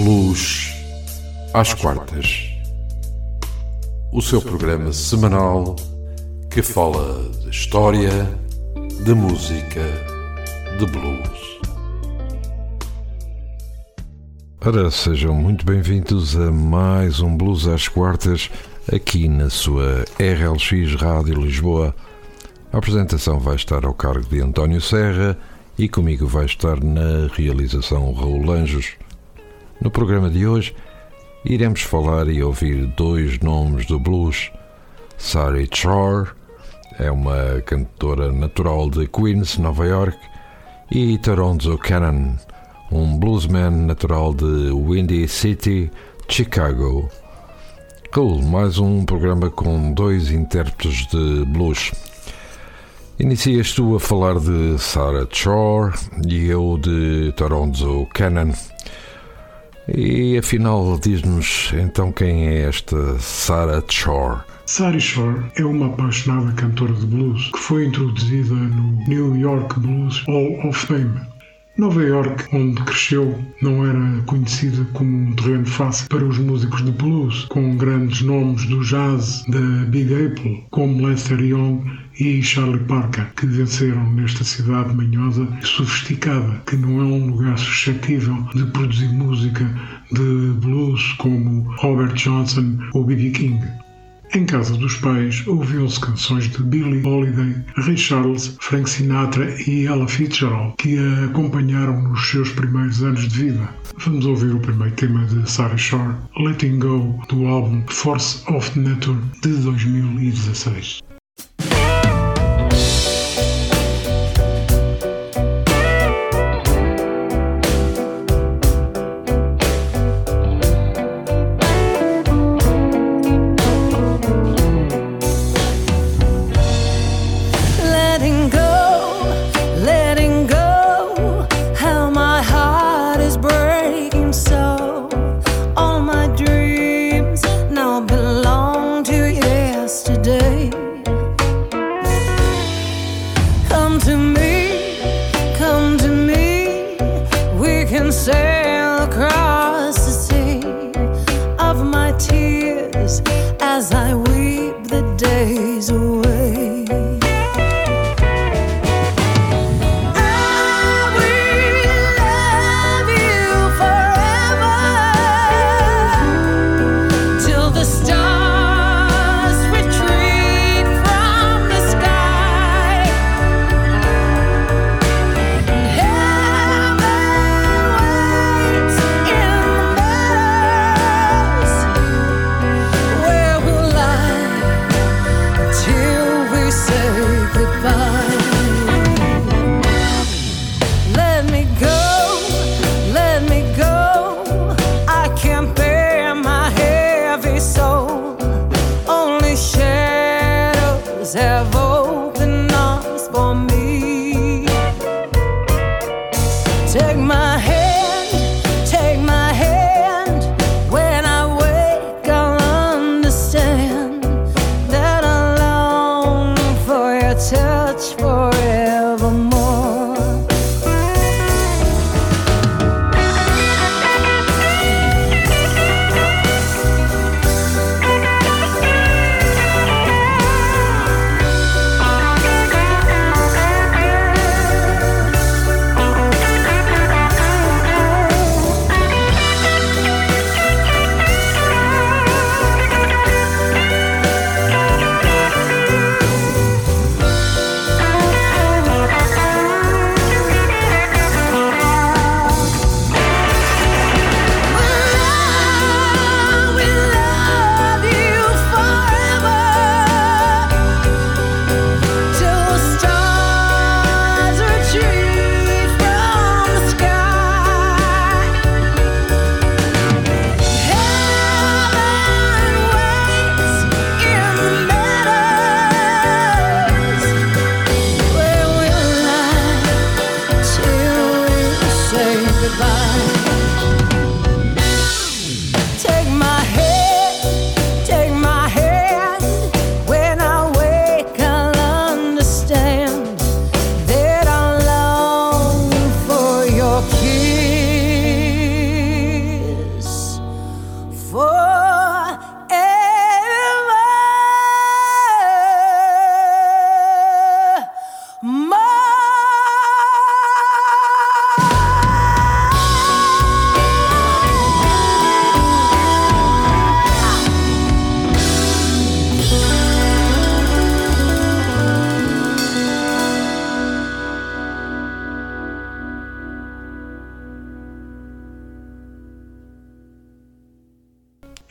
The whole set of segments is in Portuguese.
Blues às quartas, o seu programa semanal que fala de história, de música, de blues. Ora, sejam muito bem-vindos a mais um Blues às quartas aqui na sua RLX Rádio Lisboa. A apresentação vai estar ao cargo de António Serra e comigo vai estar na realização Raul Anjos. No programa de hoje iremos falar e ouvir dois nomes do blues. Sari Shore é uma cantora natural de Queens, Nova York, e Toronzo Cannon, um bluesman natural de Windy City, Chicago. Cool, mais um programa com dois intérpretes de blues. Inicias tu a falar de Sari Shore e eu de Toronzo Cannon. E afinal, diz-nos então quem é esta Sari Shore? Sari Shore é uma apaixonada cantora de blues que foi introduzida no New York Blues Hall of Fame. Nova York, onde cresceu, não era conhecida como um terreno fácil para os músicos de blues, com grandes nomes do jazz da Big Apple, como Lester Young e Charlie Parker, que venceram nesta cidade manhosa e sofisticada, que não é um lugar suscetível de produzir música de blues como Robert Johnson ou B.B. King. Em casa dos pais ouviam-se canções de Billie Holiday, Ray Charles, Frank Sinatra e Ella Fitzgerald, que a acompanharam nos seus primeiros anos de vida. Vamos ouvir o primeiro tema de Sari Shore, Letting Go, do álbum Force of Nature de 2016.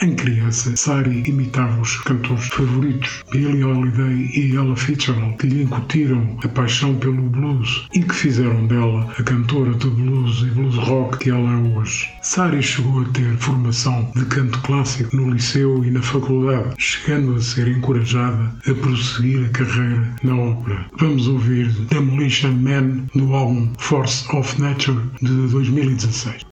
Em criança, Sari imitava os cantores favoritos, Billie Holiday e Ella Fitzgerald, que lhe incutiram a paixão pelo blues e que fizeram dela a cantora de blues e blues rock que ela é hoje. Sari chegou a ter formação de canto clássico no liceu e na faculdade, chegando a ser encorajada a prosseguir a carreira na ópera. Vamos ouvir Demolition Man no álbum Force of Nature de 2016.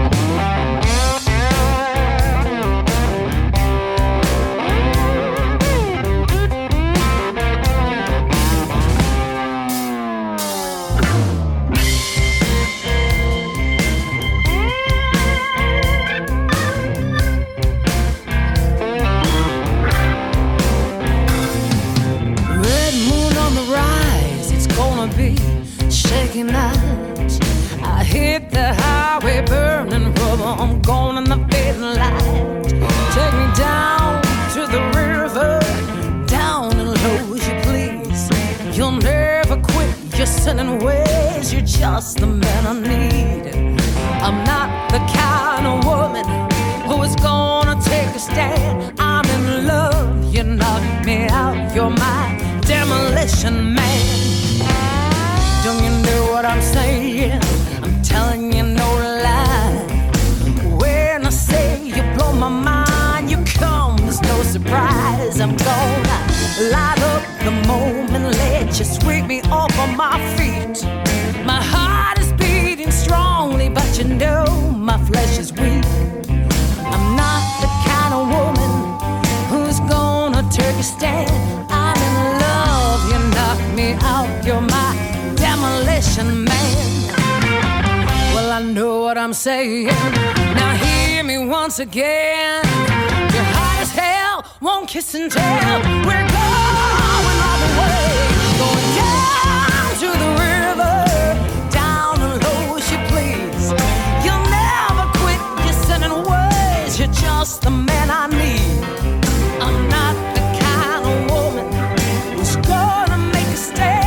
I hit the highway burning rubber, I'm gone in the fading light. Take me down to the river, down and low as you please. You'll never quit your sinning ways, you're just the man I need. I'm not the kind of woman who is gonna take a stand. I'm in love, you knock me out, you're my demolition man. Don't you know what I'm saying? I'm telling you no lie. When I say you blow my mind, you come, there's no surprise. I'm gonna light up the moment, let you sweep me off of my feet. My heart is beating strongly, but you know my flesh is weak. I'm not the kind of woman who's gonna take a stand. I'm in love, you knock me out, you're my demolition man. Well, I know what I'm saying. Now hear me once again. You're hot as hell, won't kiss and tell. We're going all the way, going down to the river, down and low as you please. You'll never quit your sinning ways, you're just the man I need. I'm not the kind of woman who's gonna make a stand.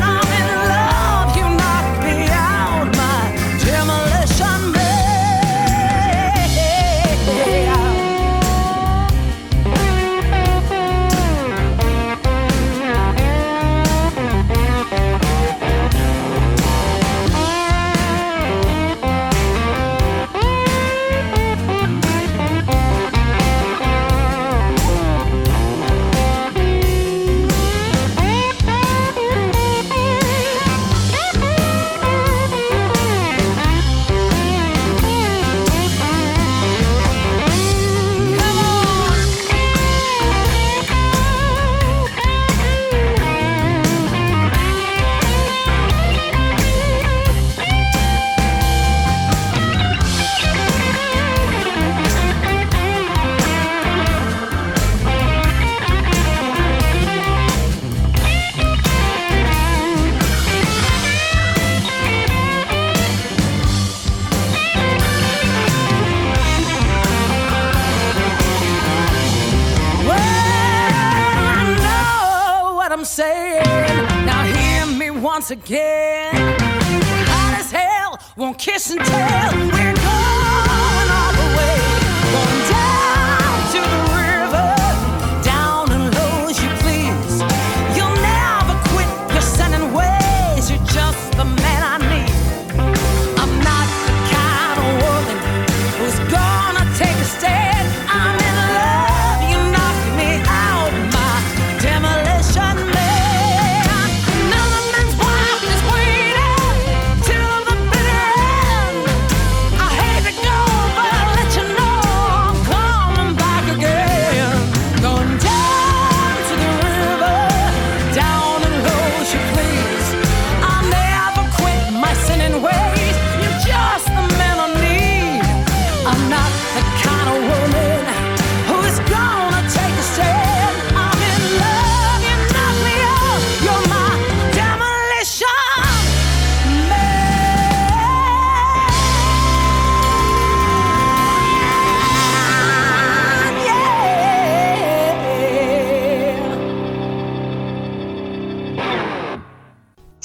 Once again, hot as hell, won't kiss and tell. We're going all the way, going down to the river, down and low as you please. You'll never quit your sinning ways, you're just the man I need. I'm not the kind of woman who's gonna take a stand. I'm in love, you knock me out, my demolition man.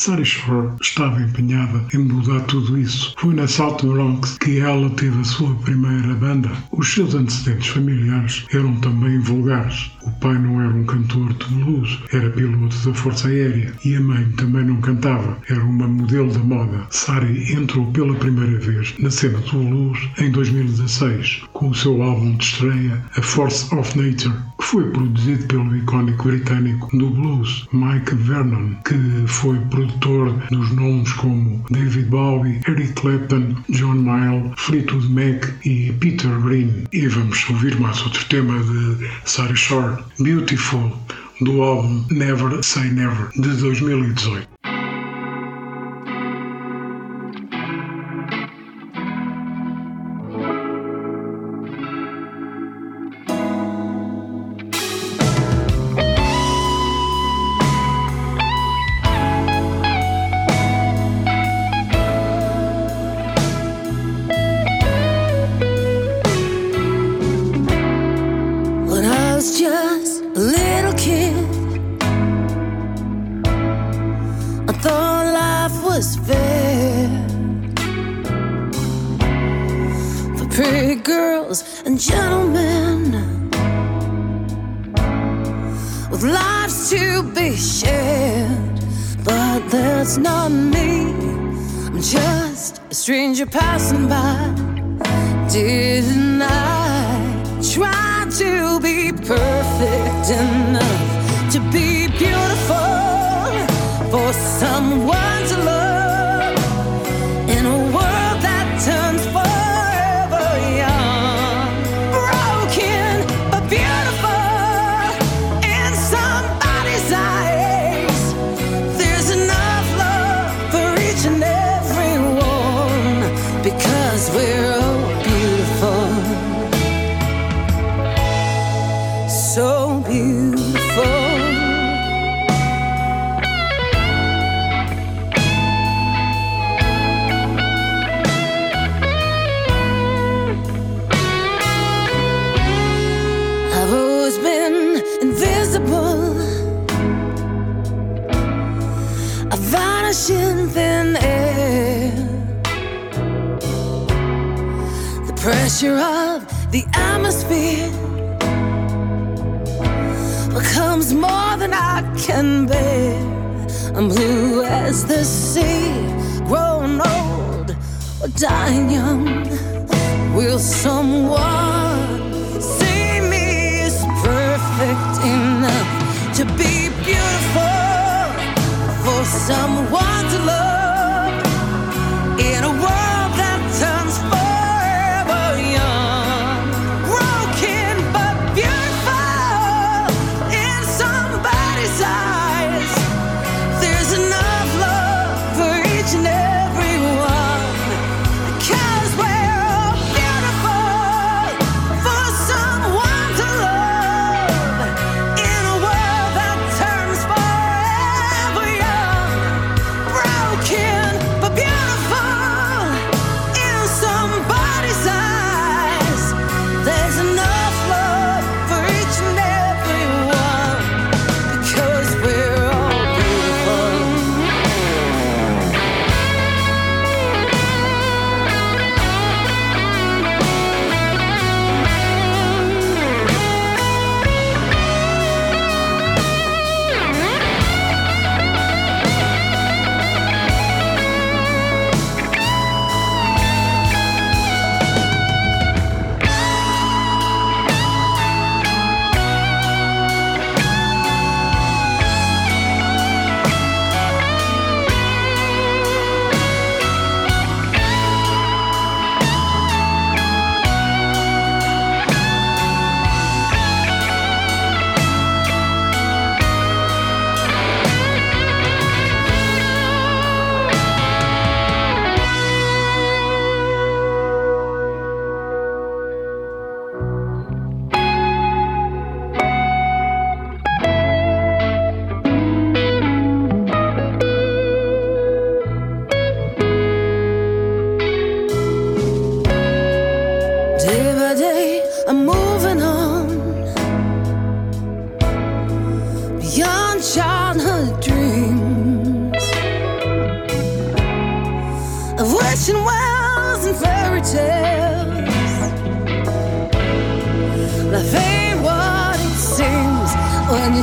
Sari Shore estava empenhada em mudar tudo isso. Foi na South Bronx que ela teve a sua primeira banda. Os seus antecedentes familiares eram também vulgares. O pai não era um cantor de blues, era piloto da Força Aérea, e a mãe também não cantava, era uma modelo da moda. Sari entrou pela primeira vez na cena do blues em 2016, com o seu álbum de estreia A Force of Nature, que foi produzido pelo icónico britânico do blues, Mike Vernon, que foi produtor dos nomes como David Bowie, Eric Clapton, John Mayall, Fleetwood Mac e Peter Green. E vamos ouvir mais outro tema de Sari Shore, Beautiful, do álbum Never Say Never, de 2018. And gentlemen, with lives to be shared, but that's not me. I'm just a stranger passing by. Didn't I try to be perfect enough to be beautiful for someone to love in a world that turns forever young? So beautiful. I've always been invisible. I vanish in thin air. The pressure of the atmosphere becomes more than I can bear. I'm blue as the sea, growing old or dying young. Will someone see me as perfect enough to be beautiful for someone to love in a world that turns forever young? Broken but beautiful in somebody's eyes. There's enough love for each and every one, 'cause we're all beautiful for someone to love in a world that turns forever young. Broken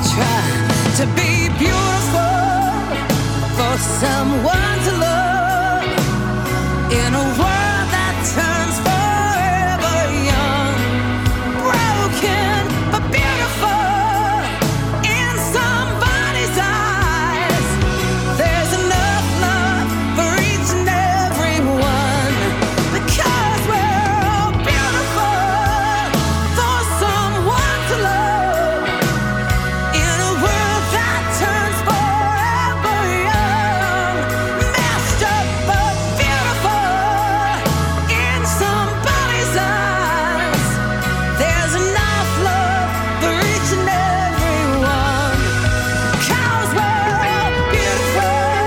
try to be beautiful for someone to love in a world that turns forever young, broken but beautiful in somebody's eyes. There's enough love for each and every one, because we're all beautiful for someone to love in a world that turns forever young, messed up but beautiful in somebody's eyes. There's enough love for each and every one, 'cause we're all beautiful.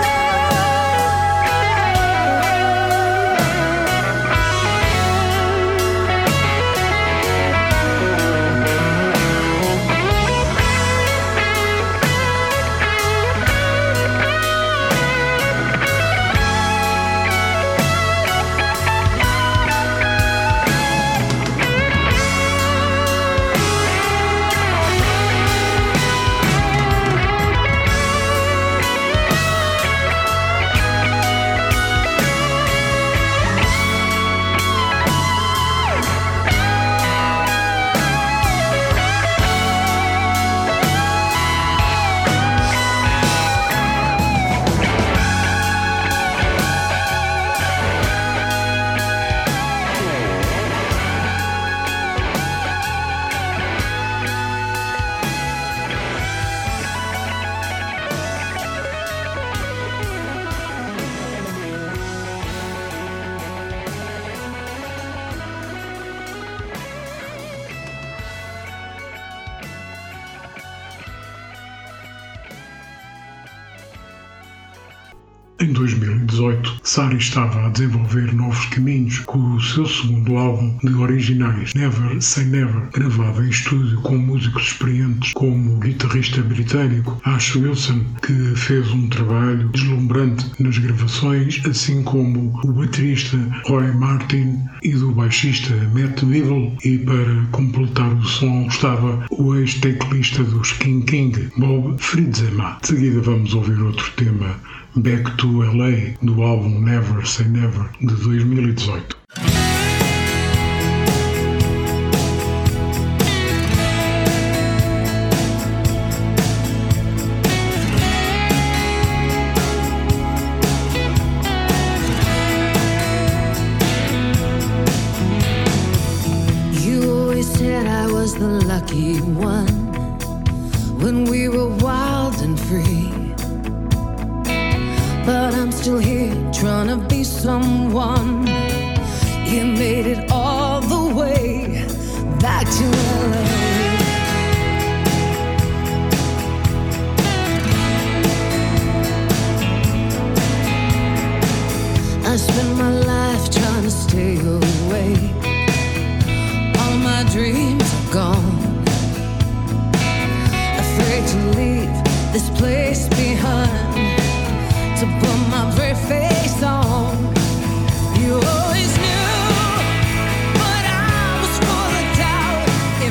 Em 2018, Sari estava a desenvolver novos caminhos com o seu segundo álbum de originais, Never Say Never, gravado em estúdio com músicos experientes como o guitarrista britânico Ash Wilson, que fez um trabalho deslumbrante nas gravações, assim como o baterista Roy Martin e do baixista Matt Weevil, e para completar o som estava o ex-teclista dos King, Bob Friedsema. De seguida vamos ouvir outro tema, Back to LA, do álbum Never Say Never, de 2018. You always said I was the lucky one when we were wild and free. But I'm still here trying to be someone. You made it all the way back to LA. I spent my life trying to stay away. All my dreams are gone. Afraid to leave this place behind, to put my brave face on. You always knew, but I was full of doubt.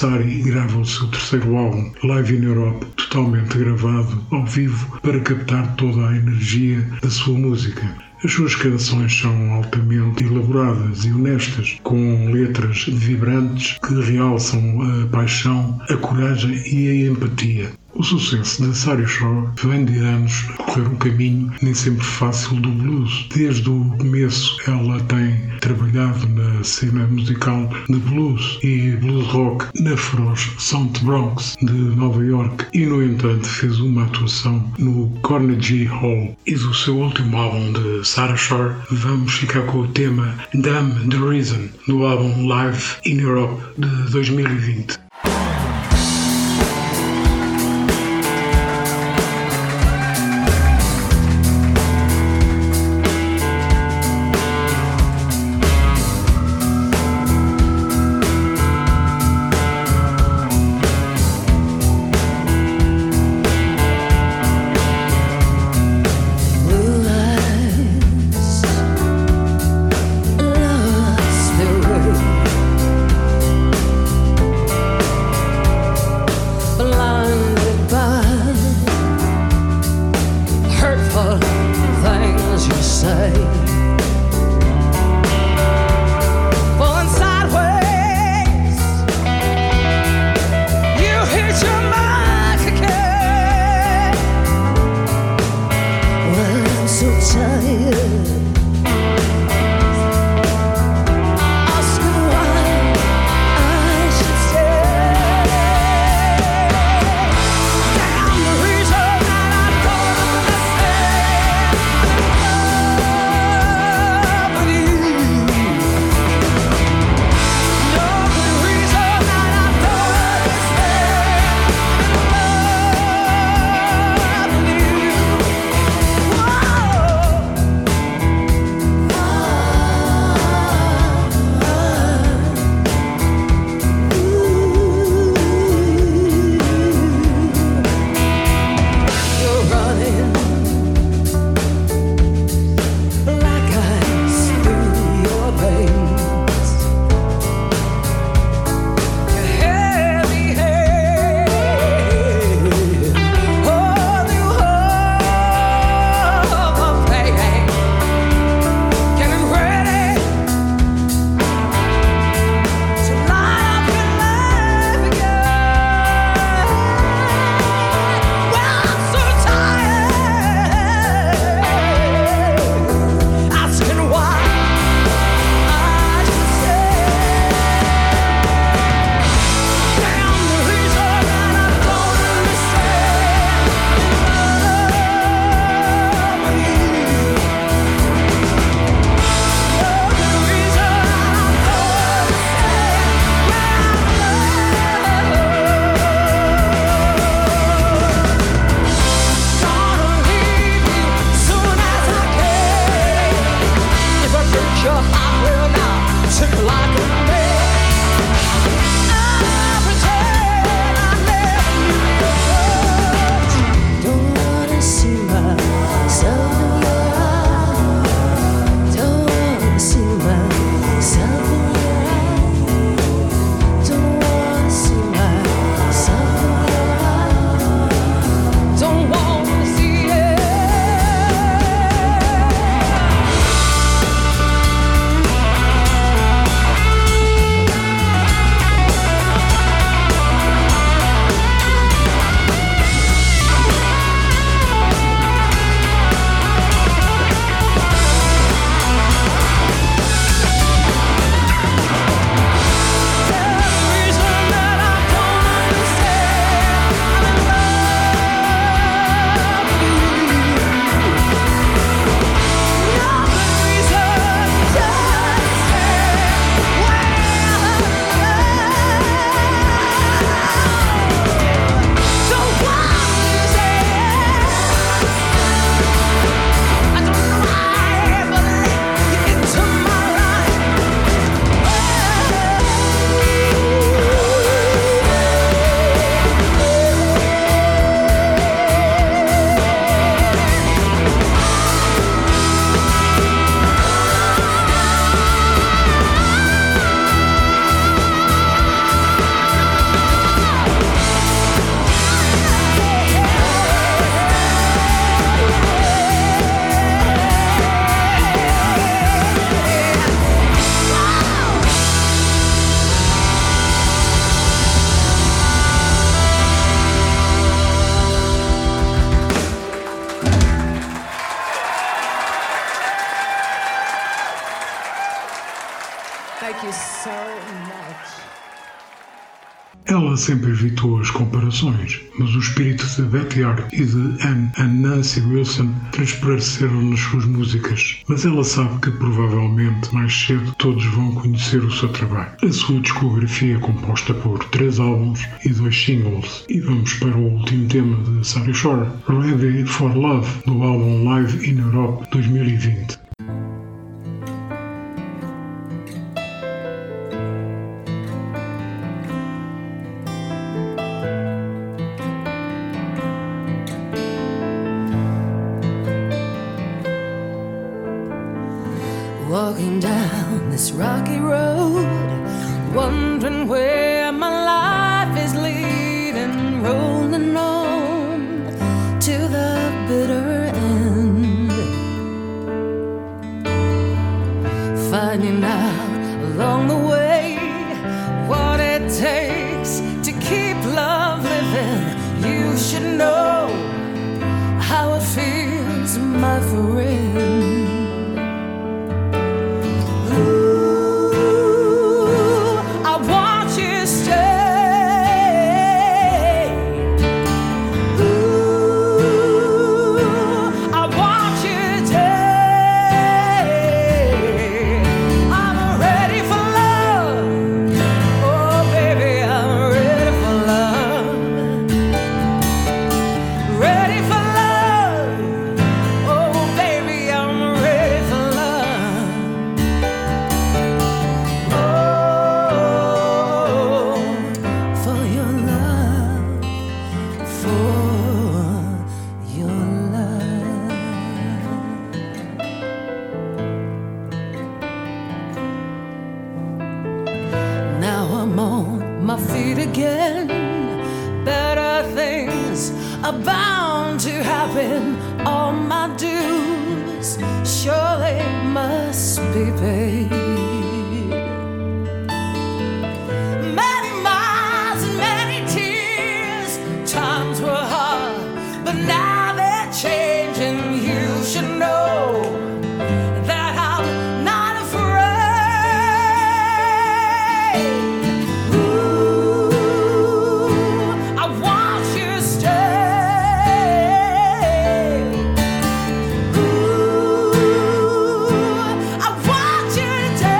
Sari grava o seu terceiro álbum, Live in Europe, totalmente gravado ao vivo para captar toda a energia da sua música. As suas canções são altamente elaboradas e honestas, com letras vibrantes que realçam a paixão, a coragem e a empatia. O sucesso de Sari Shore vem de anos percorrer um caminho nem sempre fácil do blues. Desde o começo ela tem trabalhado na cena musical de blues e blues rock na feroz South Bronx de Nova York e, no entanto, fez uma atuação no Carnegie Hall. E do seu último álbum de Sari Shore vamos ficar com o tema Damn the Reason, do álbum Live in Europe de 2020. Ela sempre evitou as comparações, mas o espírito de Betty Hart e de Anne a Nancy Wilson transpareceram nas suas músicas. Mas ela sabe que provavelmente mais cedo todos vão conhecer o seu trabalho. A sua discografia é composta por 3 álbuns e 2 singles. E vamos para o último tema de Sally Shore, Ready for Love, do álbum Live in Europe 2020. Walking down this rocky road, wondering where my life is leading, rolling on to the bitter end, finding out along the way what it takes to keep love living. You should know how it feels, my friend. I want you to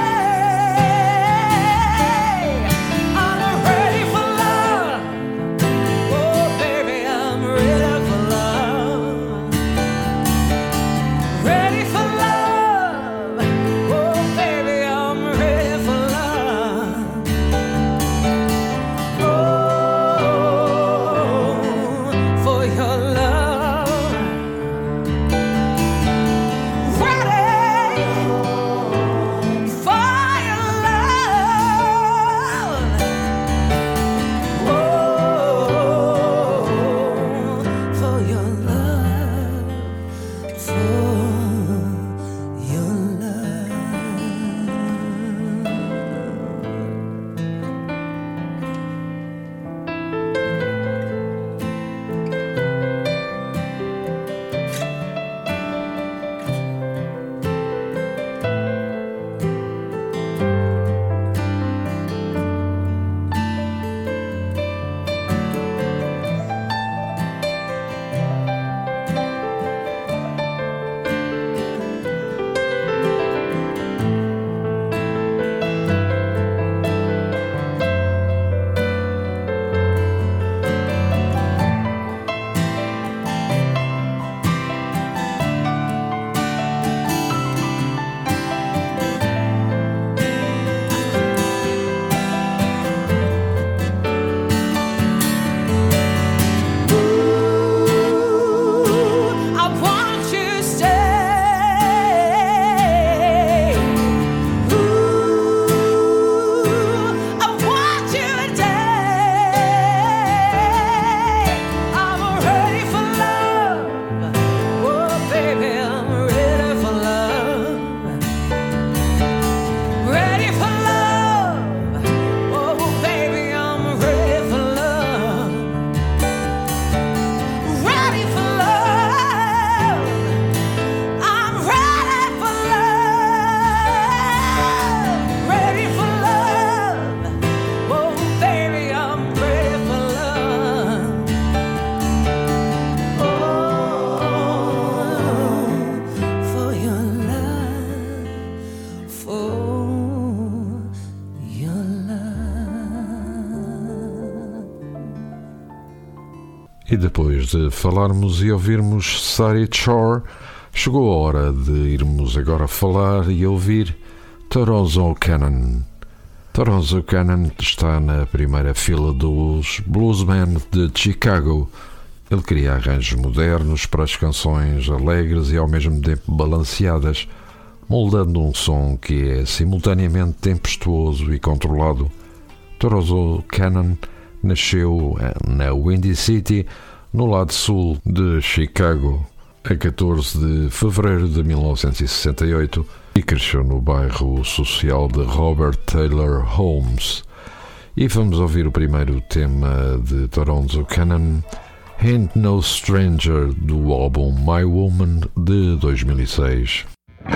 E depois de falarmos e ouvirmos Sadie Shore, chegou a hora de irmos agora falar e ouvir Toronzo Cannon. Toronzo Cannon está na primeira fila dos Bluesmen de Chicago. Ele cria arranjos modernos para as canções alegres e ao mesmo tempo balanceadas, moldando um som que é simultaneamente tempestuoso e controlado. Toronzo Cannon nasceu na Windy City, no lado sul de Chicago, a 14 de fevereiro de 1968 e cresceu no bairro social de Robert Taylor Homes. E vamos ouvir o primeiro tema de Toronzo Cannon, Ain't No Stranger, do álbum My Woman de 2006.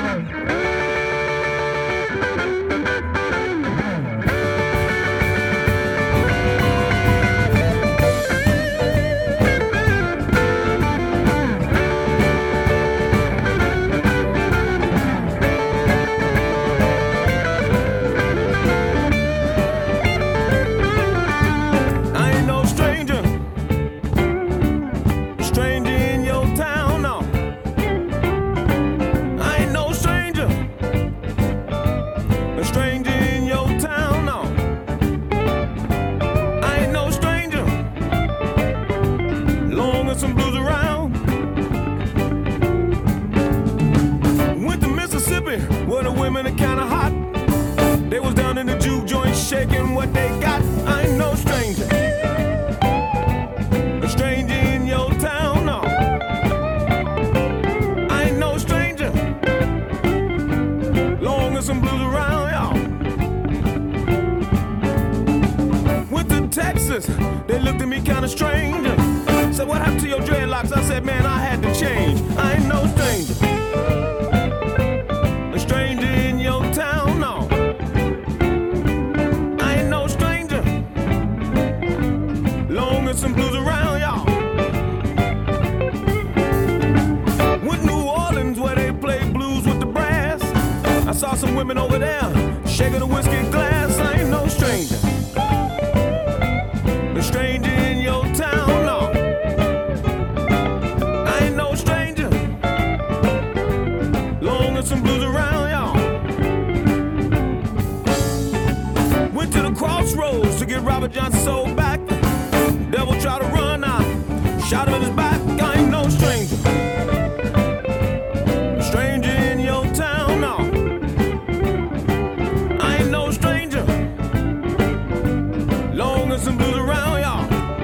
They looked at me kinda strange. Said, what happened to your dreadlocks? I said, man, I had to change. I ain't no stranger. A stranger in your town, no. I ain't no stranger. Long as some blues around, y'all. Went New Orleans where they play blues with the brass. I saw some women over there shaking a whiskey glass. I ain't no stranger. A stranger in your town, no. I ain't no stranger. Long as some blues around, y'all. Went to the crossroads to get Robert Johnson's soul back. Devil tried to run, I shot him in his back. I ain't no stranger. A stranger in your town, no. I ain't no stranger. Long as some blues around, y'all.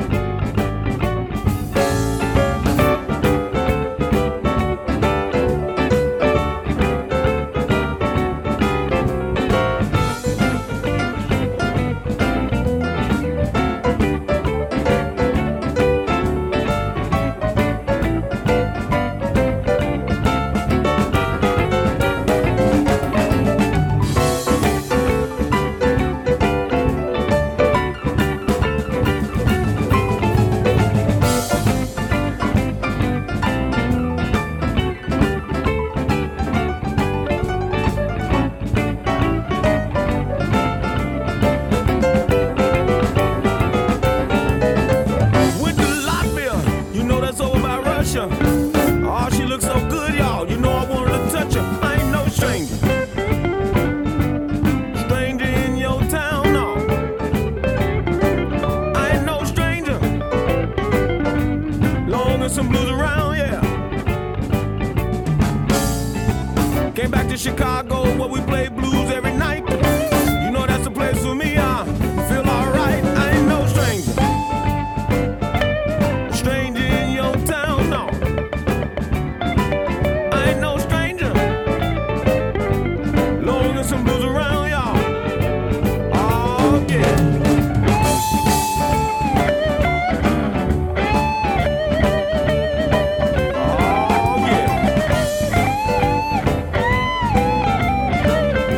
Oh, she looks so good, y'all. You know I wanted to touch her. I ain't no stranger. Stranger in your town, no. I ain't no stranger. Long as some blues around, yeah. Came back to Chicago where we play blues every night. You know that's the place for me. I feel alright. I ain't no stranger. Stranger in your town, no. I ain't no stranger. Long as some blues around, y'all. Oh, yeah. Oh, yeah.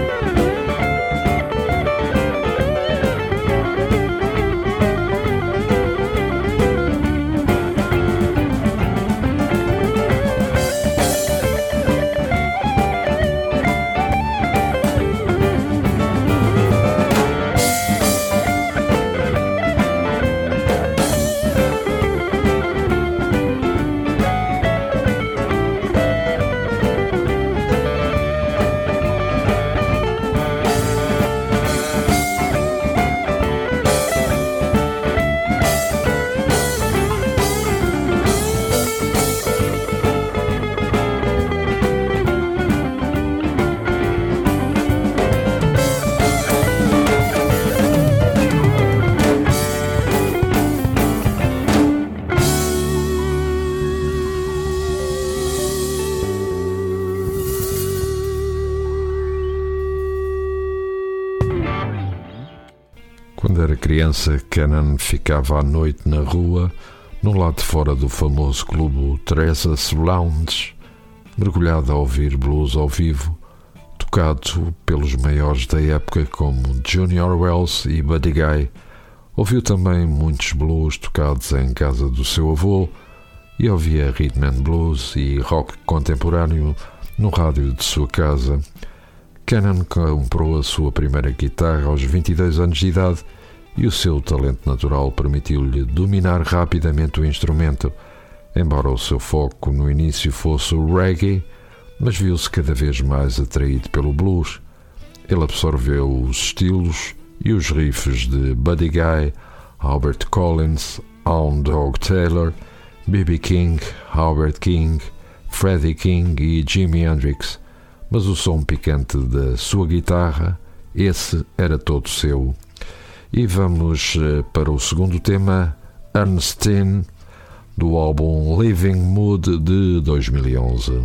criança, Cannon ficava à noite na rua, no lado de fora do famoso clube Teresa's Lounge, mergulhado a ouvir blues ao vivo, tocado pelos maiores da época como Junior Wells e Buddy Guy. Ouviu também muitos blues tocados em casa do seu avô e ouvia rhythm and blues e rock contemporâneo no rádio de sua casa. Cannon comprou a sua primeira guitarra aos 22 anos de idade e o seu talento natural permitiu-lhe dominar rapidamente o instrumento. Embora o seu foco no início fosse o reggae, mas viu-se cada vez mais atraído pelo blues. Ele absorveu os estilos e os riffs de Buddy Guy, Albert Collins, Hound Dog Taylor, B.B. King, Albert King, Freddie King e Jimi Hendrix, mas o som picante da sua guitarra, esse era todo seu. E vamos para o segundo tema, Ernestine, do álbum Living Mood de 2011.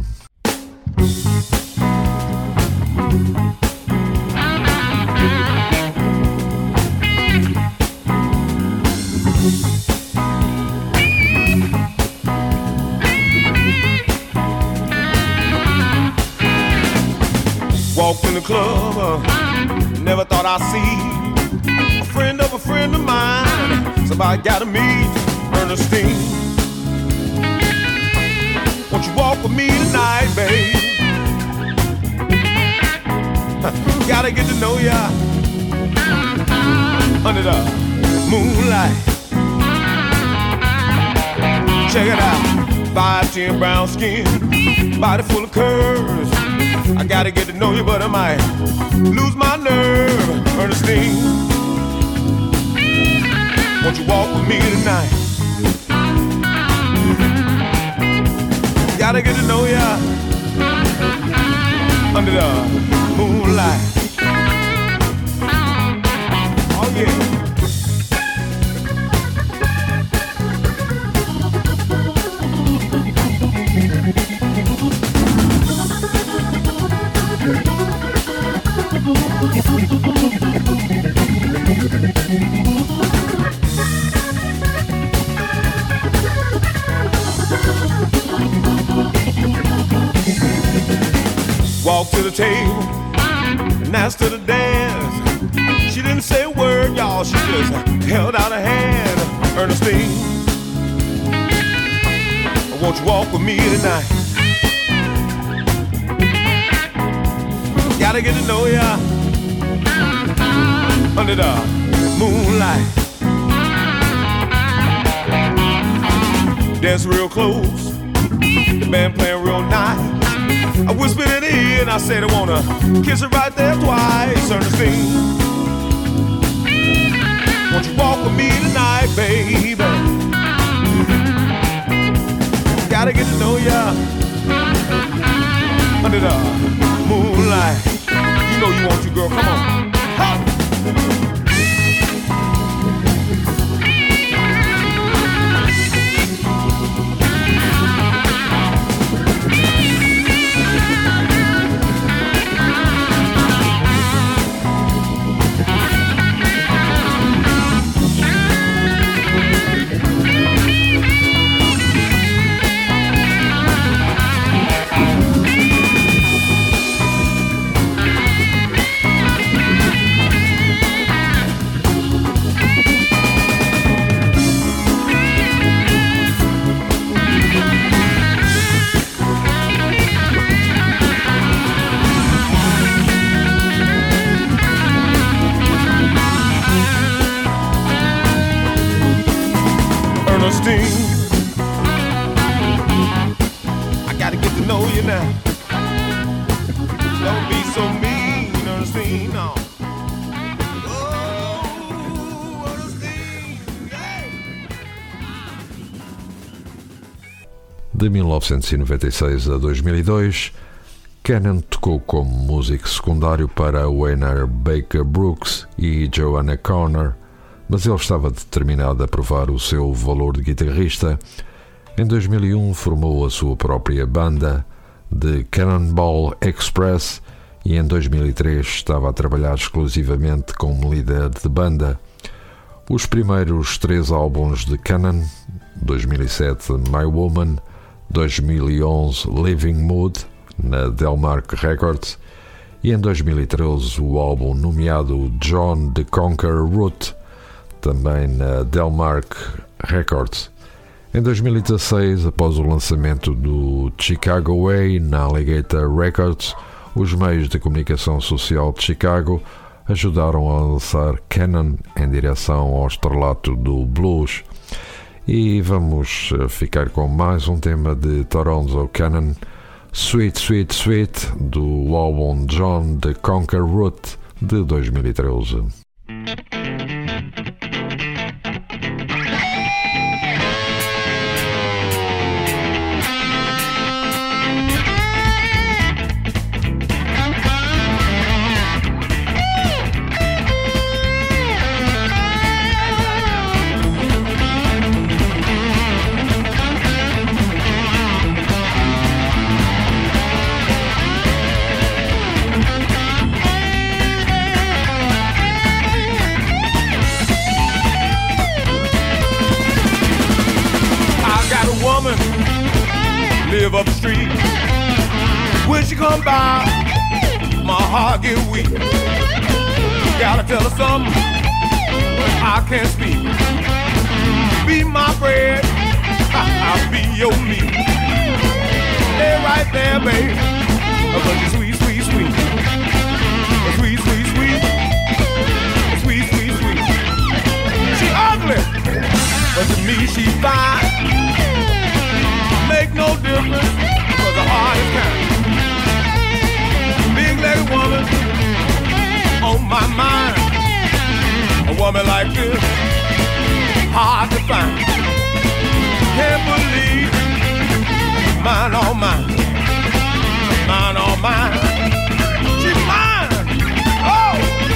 Walked in the club, never thought I'd see a friend of mine. Somebody gotta meet Ernestine. Won't you walk with me tonight, babe? Gotta get to know ya under the moonlight. Check it out, 5'10" brown skin, body full of curves. I gotta get to know you, but I might lose my nerve. Ernestine, won't you walk with me tonight? Gotta get to know ya under the moonlight. Oh yeah. Walked to the table and asked her to dance. She didn't say a word, y'all, she just held out her hand. Ernestine, won't you walk with me tonight? Gotta get to know ya under the moonlight. Dance real close, the band playing real nice. I whispered in her ear and I said I wanna kiss her right there twice. Ernestine, won't you walk with me tonight, baby? Gotta get to know ya under the moonlight. You know you want to, girl, come on. Ha! I gotta get to know you now. Don't be so mean, Ernestine, no. Oh, Ernestine, hey. De 1996 a 2002, Cannon tocou como músico secundário para Wayne Baker Brooks e Joanna Connor, mas ele estava determinado a provar o seu valor de guitarrista. Em 2001 formou a sua própria banda, The Cannonball Express, e em 2003 estava a trabalhar exclusivamente como líder de banda. os primeiros 3 álbuns de Cannon, 2007 My Woman, 2011 Living Mood, na Delmark Records, e em 2013 o álbum nomeado John the Conqueror Root, também na Delmark Records. Em 2016, após o lançamento do Chicago Way na Alligator Records, os meios de comunicação social de Chicago ajudaram a lançar Cannon em direção ao estrelato do blues. E vamos ficar com mais um tema de Toronto Cannon, Sweet Sweet Sweet, do álbum John the Conqueror Root de 2013. Live up the street. When she come by, my heart get weak. Gotta tell her something, I can't speak. Be my bread, I'll be your meat. Stay right there, babe, but you're sweet, sweet, sweet. Sweet, sweet, sweet. Sweet, sweet, sweet. She ugly, but to me she fine. Make no difference, cause the heart is kind. Big-legged woman on my mind. A woman like this, hard to find. Can't believe mine all mine. Mine all mine. She's mine. Oh!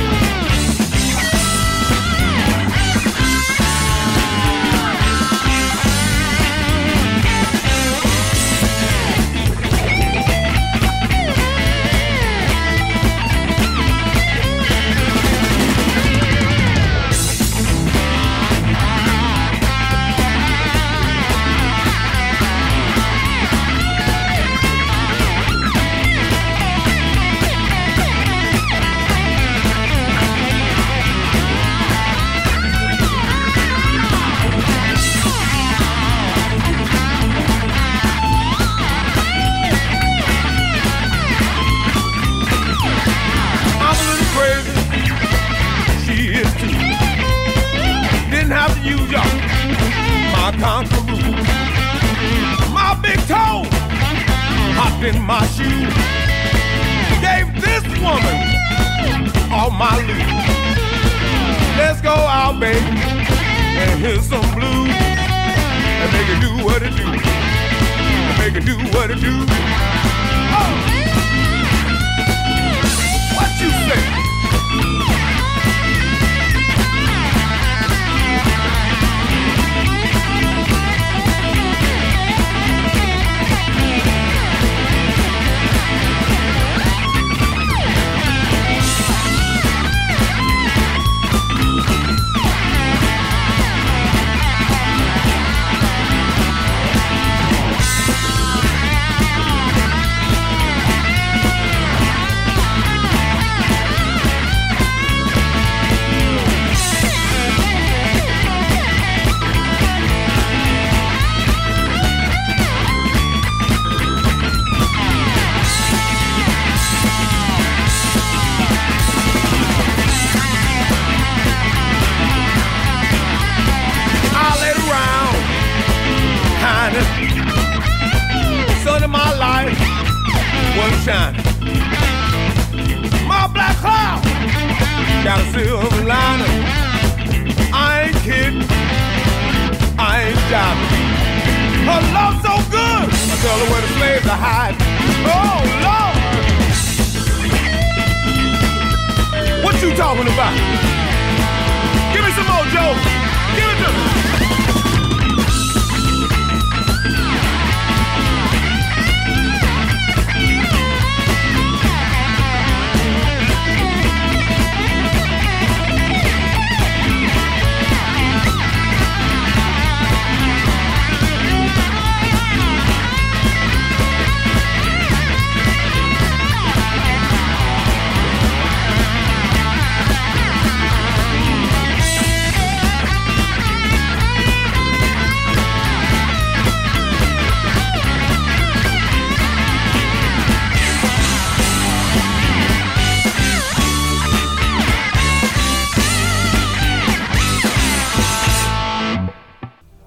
Conqueror. My big toe hopped in my shoe. Gave this woman all my loot. Let's go out, baby, and hear some blues, and make it do what it do, and make it do what it do. Oh, what you say? Shining. My black cloud got a silver lining. I ain't kidding, I ain't jiving. Her love so good, I tell her where the slaves are hiding. Oh Lord, what you talking about? Give me some more, Joe. Give it to me.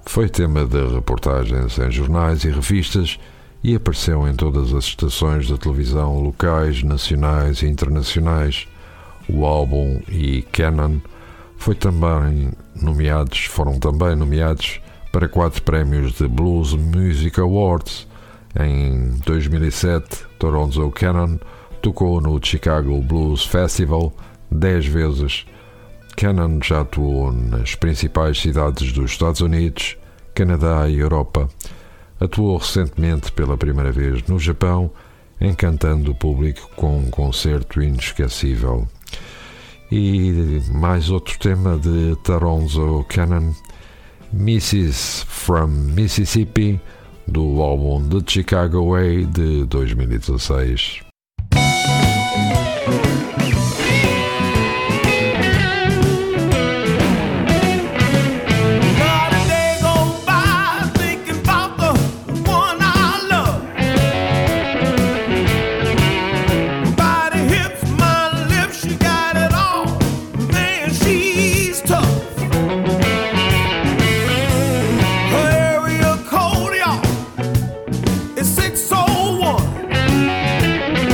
Foi tema de reportagens em jornais e revistas e apareceu em todas as estações de televisão locais, nacionais e internacionais. O álbum e Cannon foram também nomeados para 4 prémios de Blues Music Awards. Em 2007, Toronzo Cannon tocou no Chicago Blues Festival 10 vezes. Cannon já atuou nas principais cidades dos Estados Unidos, Canadá e Europa. Atuou recentemente pela primeira vez no Japão, encantando o público com um concerto inesquecível. E mais outro tema de Toronzo Cannon, Mrs. from Mississippi, do álbum The Chicago Way de 2016. It's 601.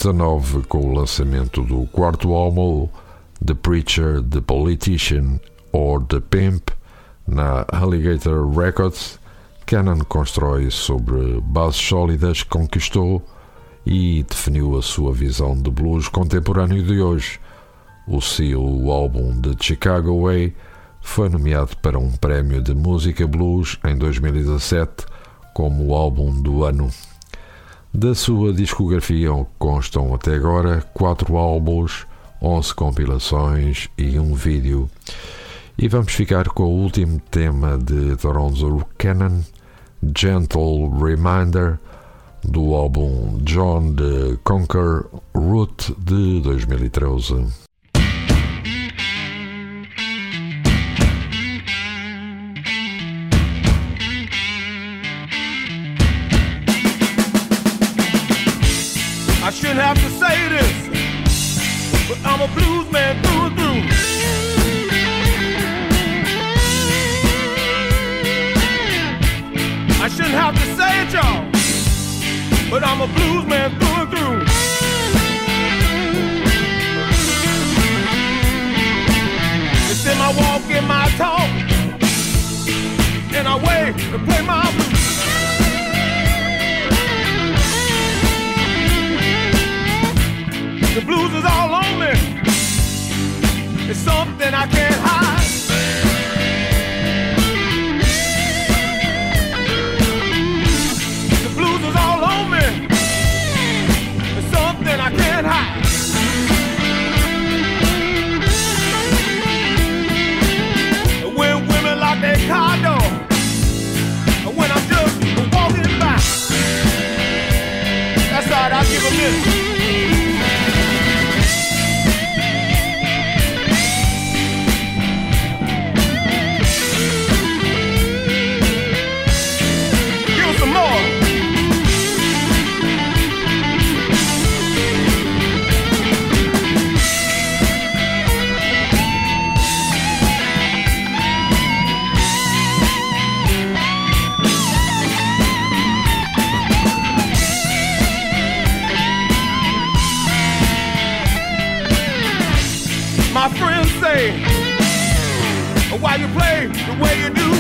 2019, com o lançamento do quarto álbum, The Preacher, The Politician or The Pimp, na Alligator Records, Cannon constrói sobre bases sólidas que conquistou e definiu a sua visão de blues contemporâneo de hoje. O seu álbum de Chicago Way foi nomeado para um prémio de música blues em 2017 como o álbum do ano. Da sua discografia constam até agora 4 álbuns, 11 compilações e um vídeo. E vamos ficar com o último tema de Toronto Cannon, Gentle Reminder, do álbum John the Conqueror Route de 2013. I shouldn't have to say this, but I'm a blues man through and through. I shouldn't have to say it, y'all, but I'm a blues man through and through. It's in my walk, in my talk, in our way to play my blues. The blues is all on me. It's something I can't hide. The blues is all on me. It's something I can't hide. When women lock their car door, when I'm just walking by, that's right, I'll give a minute. My friends say, why you play the way you do?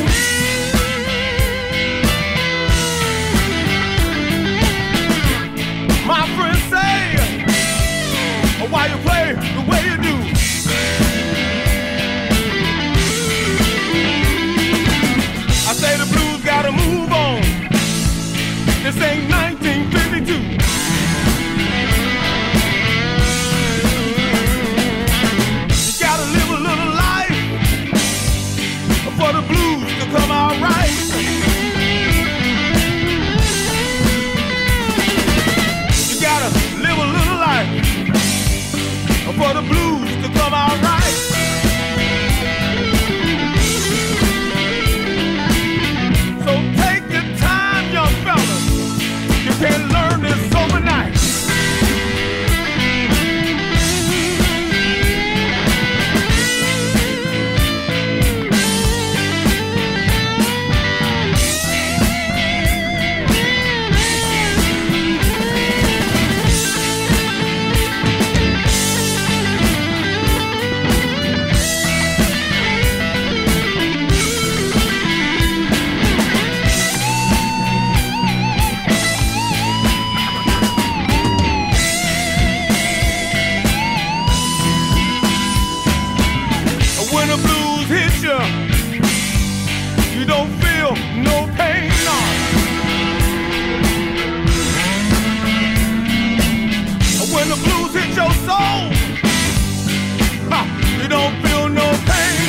My friends say, why you play the way you do? I say the blues gotta move on. This ain't 1952. For the blues to come out right. You gotta live a little life for the blues to come out right. So take your time, young fellas. You can't learn this overnight. When the blues hit you, you don't feel no pain, no. When the blues hit your soul, you don't feel no pain.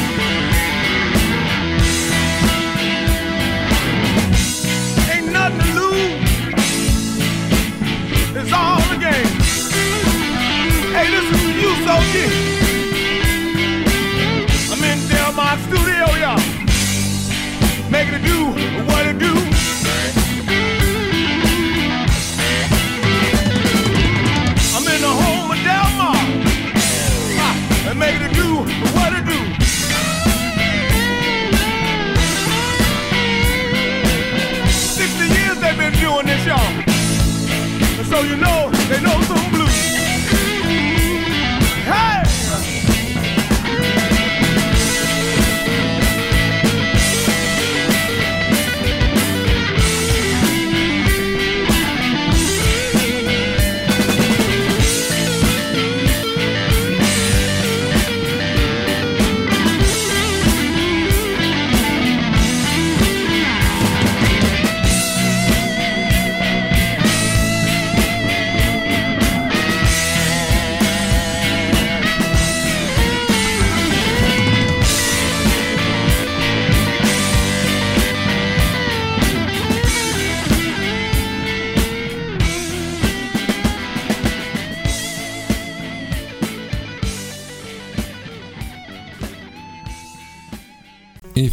Ain't nothing to lose, it's all the game. Hey, listen to you, Sophie. I'm in Delmont studio, y'all, making it do what it do. I'm in the home of Delmont, and making it do what it do. 60 years they've been doing this, y'all, and so you know they know some.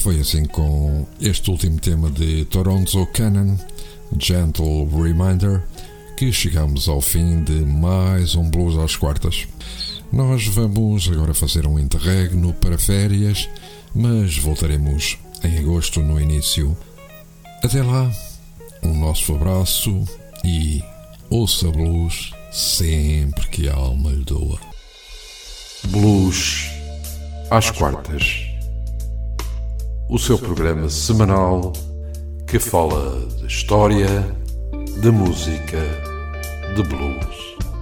Foi assim com este último tema de Toronto Cannon, Gentle Reminder, que chegamos ao fim de mais um Blues às quartas. Nós vamos agora fazer um interregno para férias, mas voltaremos em agosto no início. Até lá, um nosso abraço e ouça blues sempre que a alma lhe doa. Blues às quartas. O seu programa semanal que fala de história, de música, de blues.